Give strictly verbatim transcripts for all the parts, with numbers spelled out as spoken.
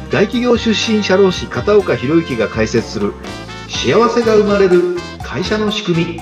大企業出身社労士片岡博之が解説する幸せが生まれる会社の仕組み。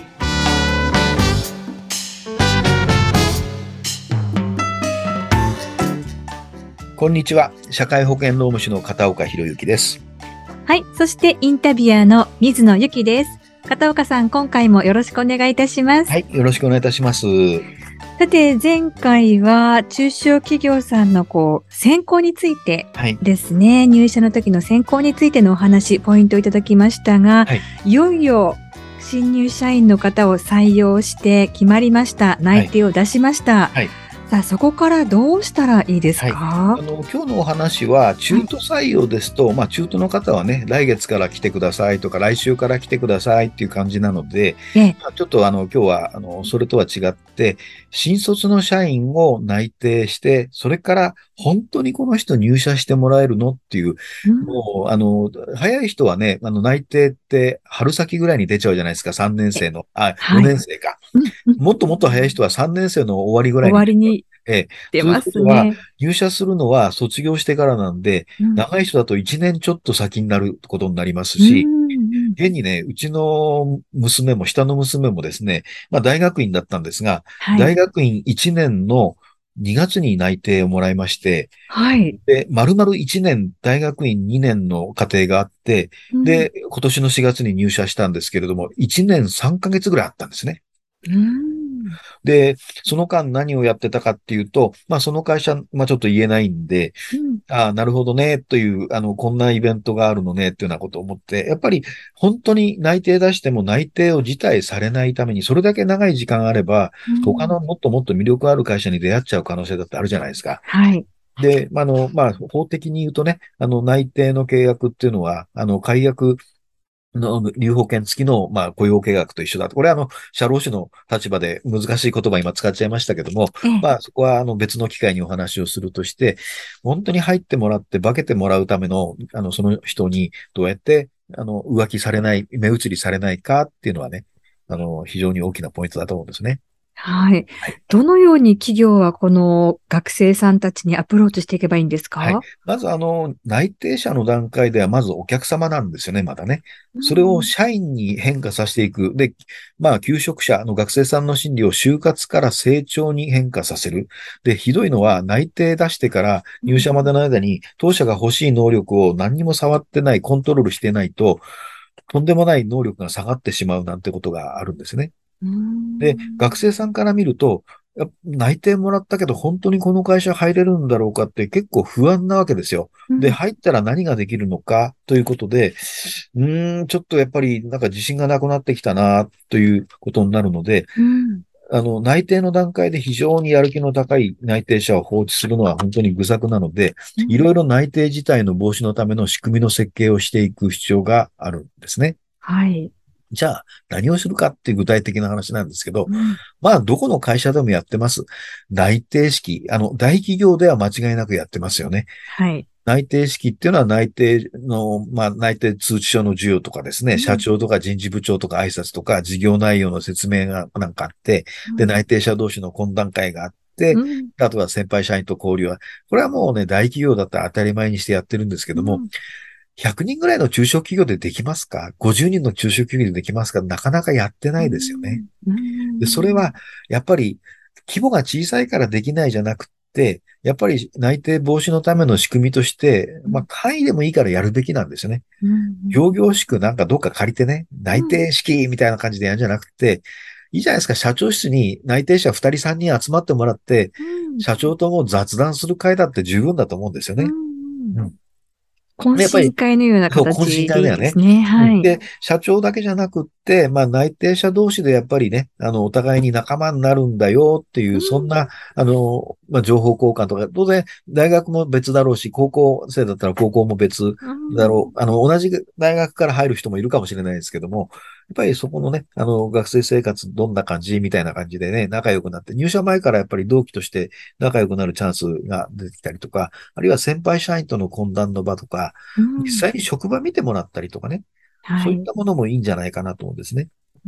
こんにちは。社会保険労務士の片岡博之です。 はい。そしてインタビュアーの水野由紀です。片岡さん、今回もよろしくお願いいたします。 はい。よろしくお願いいたします。 さて、前回は中小企業さんのこう選考についてですね、はい、入社の時の選考についてのお話、ポイントをいただきましたが、はい、いよいよ新入社員の方を採用して決まりました。内定を出しました。はいはい、さあ、そこからどうしたらいいですか？ はい、あの今日のお話は中途採用ですと、はい、まあ、中途の方はね、来月から来てくださいとか来週から来てくださいっていう感じなので、えまあ、ちょっとあの今日はあのそれとは違って新卒の社員を内定して、それから本当にこの人入社してもらえるのっていう、うん、もうあの早い人はね、あの内定って春先ぐらいに出ちゃうじゃないですか。さんねん生の、あ、よねん生か、はい、もっともっと早い人はさんねん生の終わりぐらいに終わりにええ、 出ますね。 ということは、入社するのは卒業してからなんで、うん、長い人だといちねんちょっと先になることになりますし、現にね、うちの娘も、下の娘もですね、まあ大学院だったんですが、はい、大学院いちねんのにがつに内定をもらいまして、はい。で、丸々いちねん、大学院にねんの課程があって、うん、で、今年のしがつに入社したんですけれども、いちねんさんかげつぐらいあったんですね。うんで、その間何をやってたかっていうと、まあその会社、まあちょっと言えないんで、うん、ああ、なるほどね、という、あの、こんなイベントがあるのね、っていうようなことを思って、やっぱり本当に内定出しても内定を辞退されないために、それだけ長い時間あれば、うん、他のもっともっと魅力ある会社に出会っちゃう可能性だってあるじゃないですか。はい。で、あの、まあ、法的に言うとね、あの、内定の契約っていうのは、あの、解約の留保険付きの、まあ、雇用契約と一緒だと。これはあの、社労士の立場で難しい言葉今使っちゃいましたけども、ええ、まあ、そこはあの別の機会にお話をするとして、本当に入ってもらって化けてもらうための、あの、その人にどうやって、あの、浮気されない、目移りされないかっていうのはね、あの、非常に大きなポイントだと思うんですね。 はい。はい、どのように企業はこの学生さんたちにアプローチしていけばいいんですか？はい。 まずあの、内定者の段階ではまずお客様なんですよね、まだね。それを社員に変化させていく。で、まあ、求職者の学生さんの心理を就活から成長に変化させる。で、ひどいのは内定出してから入社までの間に当社が欲しい能力を何にも触ってない、コントロールしてないと、とんでもない能力が下がってしまうなんてことがあるんですね。で、学生さんから見ると、内定もらったけど本当にこの会社入れるんだろうかって結構不安なわけですよ。で、入ったら何ができるのかということで、うーん、ちょっとやっぱりなんか自信がなくなってきたなということになるので、うん、あの、内定の段階で非常にやる気の高い内定者を放置するのは本当に愚策なので、いろいろ内定自体の防止のための仕組みの設計をしていく必要があるんですね。はい。じゃあ、何をするかっていう具体的な話なんですけど、うん、まあ、どこの会社でもやってます。内定式、あの、大企業では間違いなくやってますよね。はい。内定式っていうのは内定の、まあ、内定通知書の授与とかですね、うん、社長とか人事部長とか挨拶とか事業内容の説明がなんかあって、うん、で、内定者同士の懇談会があって、うん、あとは先輩社員と交流は、これはもうね、大企業だったら当たり前にしてやってるんですけども、うんひゃくにんぐらいの中小企業でできますか ?ごじゅう 人の中小企業でできますかなかなかやってないですよね。で、それは、やっぱり、規模が小さいからできないじゃなくて、やっぱり内定防止のための仕組みとして、まあ、会でもいいからやるべきなんですよね。行々しくなんかどっか借りてね、内定式みたいな感じでやるんじゃなくて、いいじゃないですか、社長室に内定者ふたりさんにん集まってもらって、社長とも雑談する会だって十分だと思うんですよね。うん懇親会のような形でいいですね。はい。 で、社長だけじゃなくって、まあ内定者同士でやっぱりね、あの、お互いに仲間になるんだよっていう、うん、そんな、あの、まあ情報交換とか、当然大学も別だろうし、高校生だったら高校も別だろう。うん、あの、同じ大学から入る人もいるかもしれないですけども、やっぱりそこのね、あの、学生生活どんな感じみたいな感じでね、仲良くなって、入社前からやっぱり同期として仲良くなるチャンスが出てきたりとか、あるいは先輩社員との懇談の場とか、うん、実際に職場見てもらったりとかね、はい、そういったものもいいんじゃないかなと思うんですね。うん、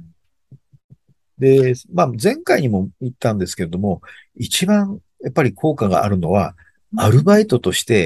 で、まあ、前回にも言ったんですけれども、一番やっぱり効果があるのは、アルバイトとして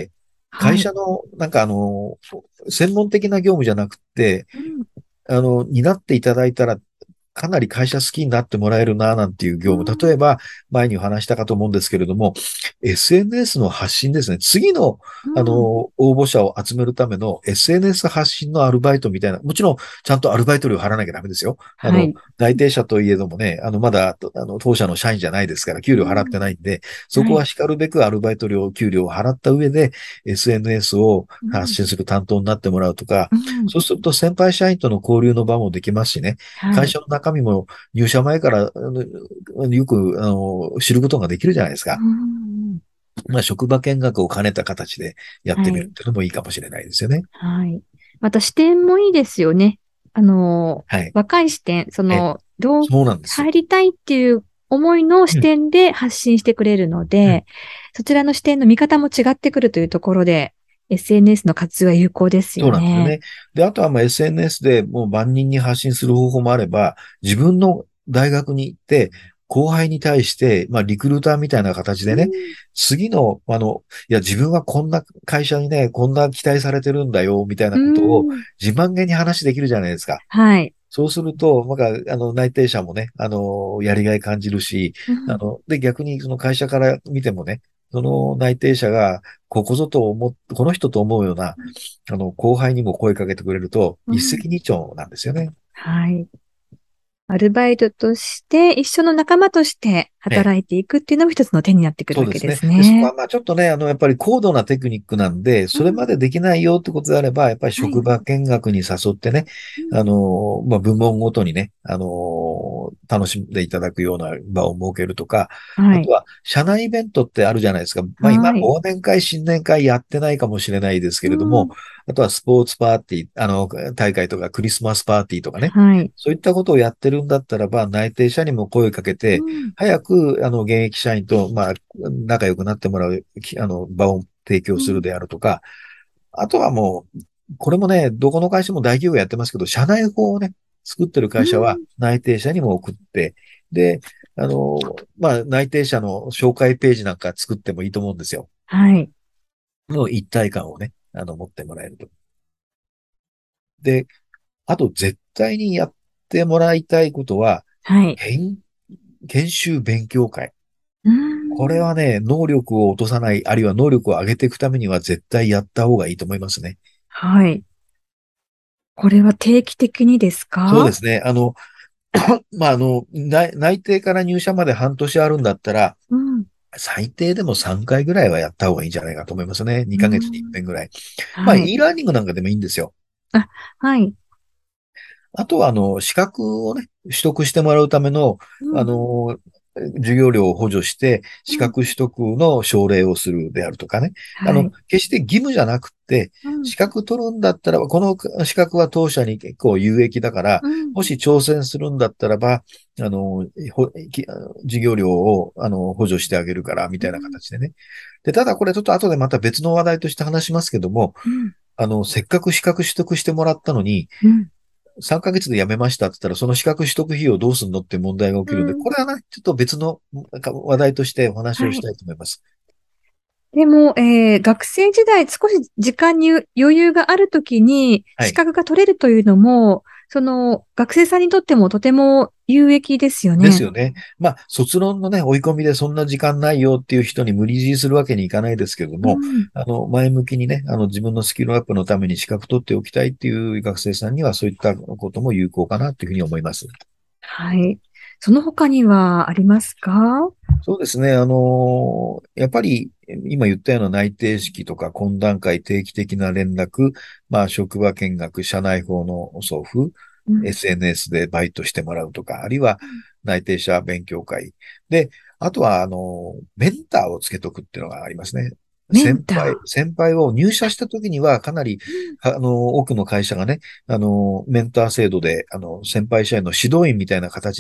会社の、なんかあの、専門的な業務じゃなくて、 うん、 あの、担っていただいたら、かなり会社好きになってもらえるな、なんていう業務。 うん、 例えば、前にお話したかと思うんですけれども、エスエヌエス の発信ですね。次の、あの、 うん、 応募者を集めるための エスエヌエス 発信のアルバイトみたいな、もちろん、ちゃんとアルバイト料払わなきゃダメですよ。あの、 はい。 内定者といえどもね、あの、まだ、あの、当社の社員じゃないですから、給料払ってうん、 ないんで、そこはい。 は叱るべくアルバイト料、給料を払った上で、エスエヌエス をうん、 発信する担当になってもらうとか、 うん、 そうすると先輩社員との交流の場もできますしね、 はい。 会社の中身も入社前からあのよくあの知ることができるじゃないですうか。 ん、 まあ、職場見学を兼ねた形でやってみるはい。 っていうのもいいかもしれないですよね。 はい。また視点もいいですよね。あの、 はい。 若い視点、そえ、 の、どうそうなんですよ。 入りたいっていう思いの視うん、 点で発信してくれるのうん。 で、そちらの視点の見方も違ってくるというところで、エスエヌエス の活用は有効ですそうよね。 なんですよね。で、あとはまあ エスエヌエス でもう万人に発信する方法もあれば、自分の大学に行って、後輩に対して、まあ、リクルーターみたいな形でね、 うん、 次の、あの、いや、自分はこんな会社にね、こんな期待されてるんだよ、みたいうなことをん、 自慢げに話できるじゃないですか。 はい。 そうすると、なんか、あの、内定者もね、あの、やりがい感じるし、 うん、 あの、で、逆にその会社から見てもね、その内定者が、ここぞと思っ、この人と思うような、あの、後輩にも声かけてくれると、一うん、 石二鳥なんですよね。 はい。アルバイトとして、一緒の仲間としてええ。 働いていくっていうのも一つの手になってくるそうですね。 わけですで、そこはね。 まあちょっとね、あの、やっぱり高度なテクニックなんで、それうん、 までできないよってことであれば、やっぱりはい。 職場見学に誘ってね、 うん、 あの、まあ部門ごとにね、あの、楽しんでいただくような場を設けるとか、 はい。 あとは、社内イベントってあるじゃないですか。まあ今、 はい。 忘年会、新年会やってないかもしれないですけうれども、 ん、 あとはスポーツパーティー、あの、大会とかクリスマスパーティーとかね、 はい。 そういったことをやってるんだったらば、内定者にも声をかけて、 うん、 早く、あの、現役社員と、まあ、仲良くなってもらう、きあの、場を提供うん、 するであるとか、あとはもう、これもね、どこの会社も大企業やってますけど、社内法をね、作ってる会社はうん、 内定者にも送って、で、あの、まあ、内定者の紹介ページなんか作ってもいいと思うんですよ。 はい。 もう一体感をね、あの、持ってもらえると。で、あと絶対にやってもらいたいことは、 はい。 研、研修勉強会。 うこれん、 はね、能力を落とさない、あるいは能力を上げていくためには絶対やった方がいいと思いますね。 はい。これは定期的にですか？ そうですね。あの、まあ、あの、内、内定から入社まで半年あるんだったら、 うん、 最低でもさんかいぐらいはやった方がいいんじゃないかと思いますね。 うにかげつにいっん、 ぺんぐらい。まあ、 はい。 e ラーニングなんかでもいいんですよ。 あ、はい。 あとは、あの、資格をね、取得してもらうための、あうん、 の、授業料を補助して、資うん、 格取得の奨励をするであるとかね。あの、 はい。 決して義務じゃなくて、 うん、 資格取るんだったら、この資格は当社に結構有益だから、 うん、 もし挑戦するんだったらば、あの、ほき授業料を、あの、補助してあげるから、みたいなうん、 形でね。で、ただこれちょっと後でまた別の話題として話しますけども、 うん、 あの、せっかく資格取得してもらったのに、 うん、 さんかげつで辞めましたって言ったら、その資格取得費用どうすんのって問題が起きるんで、 うん、 これはね、ちょっと別のなんか話題としてお話をはい。 したいと思います。 でも、えー学生時代少し時間に余裕があるときに資はい。 格が取れるというのも、その学生さんにとってもとても有益ですよね。 ですよね。まあ、卒論のね、追い込みでそんな時間ないよっていう人に無理強いするわけにいかないですけれども、 うん。 あの、前向きにね、あの、自分のスキルアップのために資格取っておきたいっていう学生さんにはそういったことも有効かなというふうに思います。 はい。その他にはありますか？ そうですね。あのやっぱり、今言ったような内定式とか懇談会、定期的な連絡、まあ、職場見学、社内法の送付、 うん。 エスエヌエス でバイトしてもらうとか、あるいは内定者勉強会。で、あとは、あの、メンターをつけとくっていうのがありますね。 メン先輩、 タ先輩を入社した時にはかなり、 ー。うん。 あの、多くの会社がね、あの、メンター制度で、あの、先輩社員の指導員みたいな形で、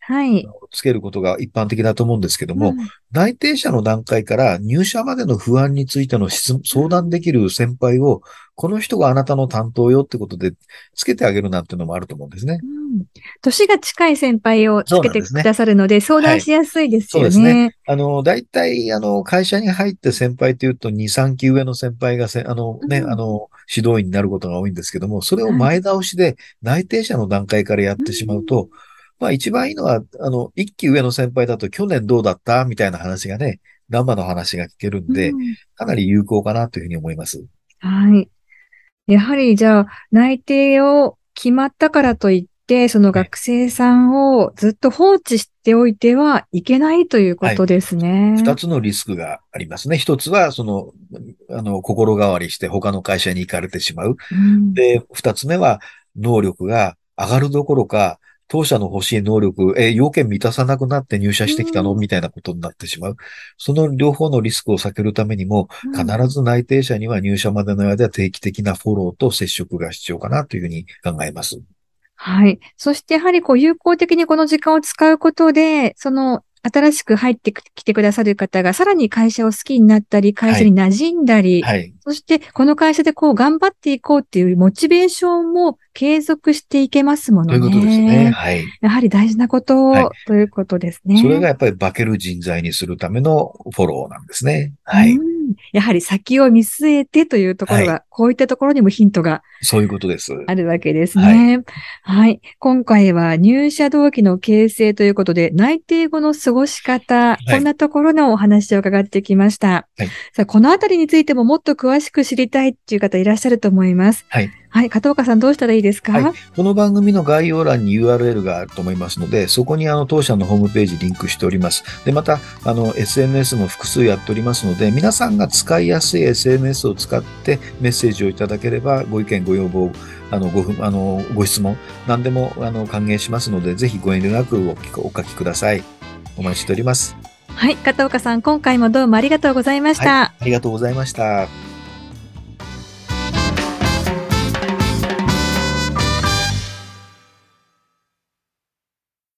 はい。 つけることが一般的だと思うんですけども、 うん、 内定者の段階から入社までの不安についての質相談できる先輩を、この人があなたの担当よってことでつけてあげるなんていうのもあると思うんですね。 うん。年が近い先輩をつそうけてくなんですね。 ださるので、相はい。 談しやすいですそうですね。 よね。 あの、大体、あの、会社に入って先輩というとに、さんき上の先輩がせ、あのね、あうん。 の、指導員になることが多いんですけども、それをはい。 前倒しで内定者の段階からやっうてしまうと、 ん。 まあ一番いいのは、あの、一期上の先輩だと去年どうだったみたいな話がね、生の話が聞けるんで、 うん。 かなり有効かなというふうに思います。 はい。やはりじゃあ、内定を決まったからといって、そのはい。 学生さんをずっと放置しておいてはいけないというこはい。 とです二ね。 つのリスクがありますね。一つは、その、あの、心変わりして他の会社に行かれてしまう。 うん。 で、二つ目は、能力が上がるどころか、当社の欲しい能力、え、要件満たさなくなって入社うしてきたのん。 みたいなことになってしまう。その両方のリスクを避けるためにも、必うん。 ず内定者には入社までの間定期的なフォローと接触が必要かなというふうに考えます。 はい。そしてやはりこう有効的にこの時間を使うことで、その新しく入ってきてくださる方がさらに会社を好きになったり、会はい。 社に馴染んだり、 はい。 そしてこの会社でこう頑張っていこうっていうモチベーションも継続していけますものということですね。 ね。 はい。 やはり大事なこはい。 とということですね。 それがやっぱり化ける人材にするためのフォローなんですね。 うはい。 ん。やはり先を見据えてというとこはい。 ろが、こういったところにもヒントがそういうことです。 あるわけですはい。 ね。はい。今回は入社動機の形成ということで、内定後の過ごし方、 はい。 こんなところのお話を伺ってきました。 はい。 さあ、このあたりについてももっと詳しく知りたいっていう方いらっしゃると思います。 はい。 はい。片岡さんどうしたらいいですはい。 か？ この番組の概要欄に ユーアールエル があると思いますので、そこにあの当社のホームページリンクしております。で、また、あの エスエヌエス も複数やっておりますので、皆さんが使いやすい エスエヌエス を使ってメッセージをいただければ、ご意見、ご要望、あの、ごふ、あの、ご質問、何でもあの歓迎しますので、ぜひご遠慮なくおお書きください。お待ちしております。 はい。片岡さん、今回もどうもありがとうございましはい。 た。 ありがとうございました。